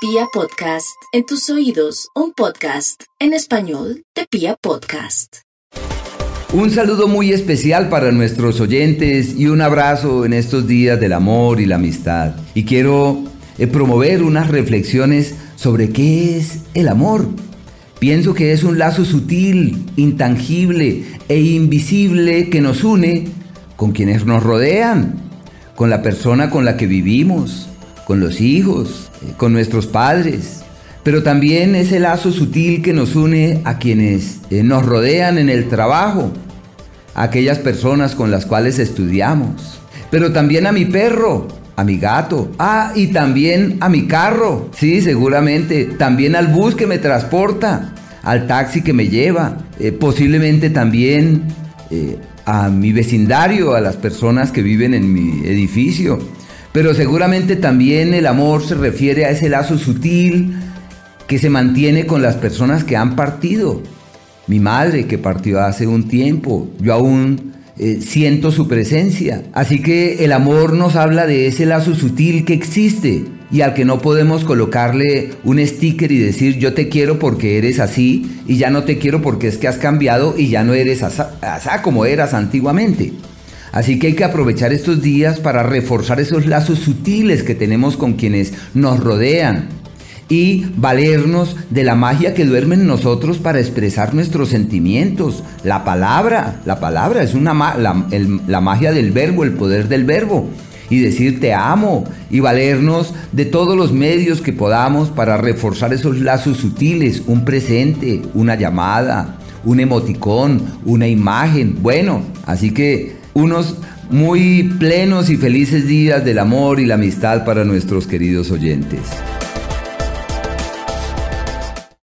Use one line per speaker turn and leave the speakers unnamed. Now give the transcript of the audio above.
Pia Podcast, en tus oídos, un podcast en español de Pia Podcast.
Un saludo muy especial para nuestros oyentes y un abrazo en estos días del amor y la amistad. Y quiero promover unas reflexiones sobre qué es el amor. Pienso que es un lazo sutil, intangible e invisible que nos une con quienes nos rodean, con la persona con la que vivimos, con los hijos, con nuestros padres, pero también ese lazo sutil que nos une a quienes nos rodean en el trabajo, a aquellas personas con las cuales estudiamos, pero también a mi perro, a mi gato, y también a mi carro, sí, seguramente, también al bus que me transporta, al taxi que me lleva, posiblemente también a mi vecindario, a las personas que viven en mi edificio. Pero seguramente también el amor se refiere a ese lazo sutil que se mantiene con las personas que han partido. Mi madre que partió hace un tiempo, yo aún siento su presencia. Así que el amor nos habla de ese lazo sutil que existe y al que no podemos colocarle un sticker y decir yo te quiero porque eres así y ya no te quiero porque es que has cambiado y ya no eres asá como eras antiguamente. Así que hay que aprovechar estos días para reforzar esos lazos sutiles que tenemos con quienes nos rodean y valernos de la magia que duerme en nosotros para expresar nuestros sentimientos. La palabra es la magia del verbo, el poder del verbo. Y decir te amo y valernos de todos los medios que podamos para reforzar esos lazos sutiles, un presente, una llamada, un emoticón, una imagen. Bueno, así que unos muy plenos y felices días del amor y la amistad para nuestros queridos oyentes.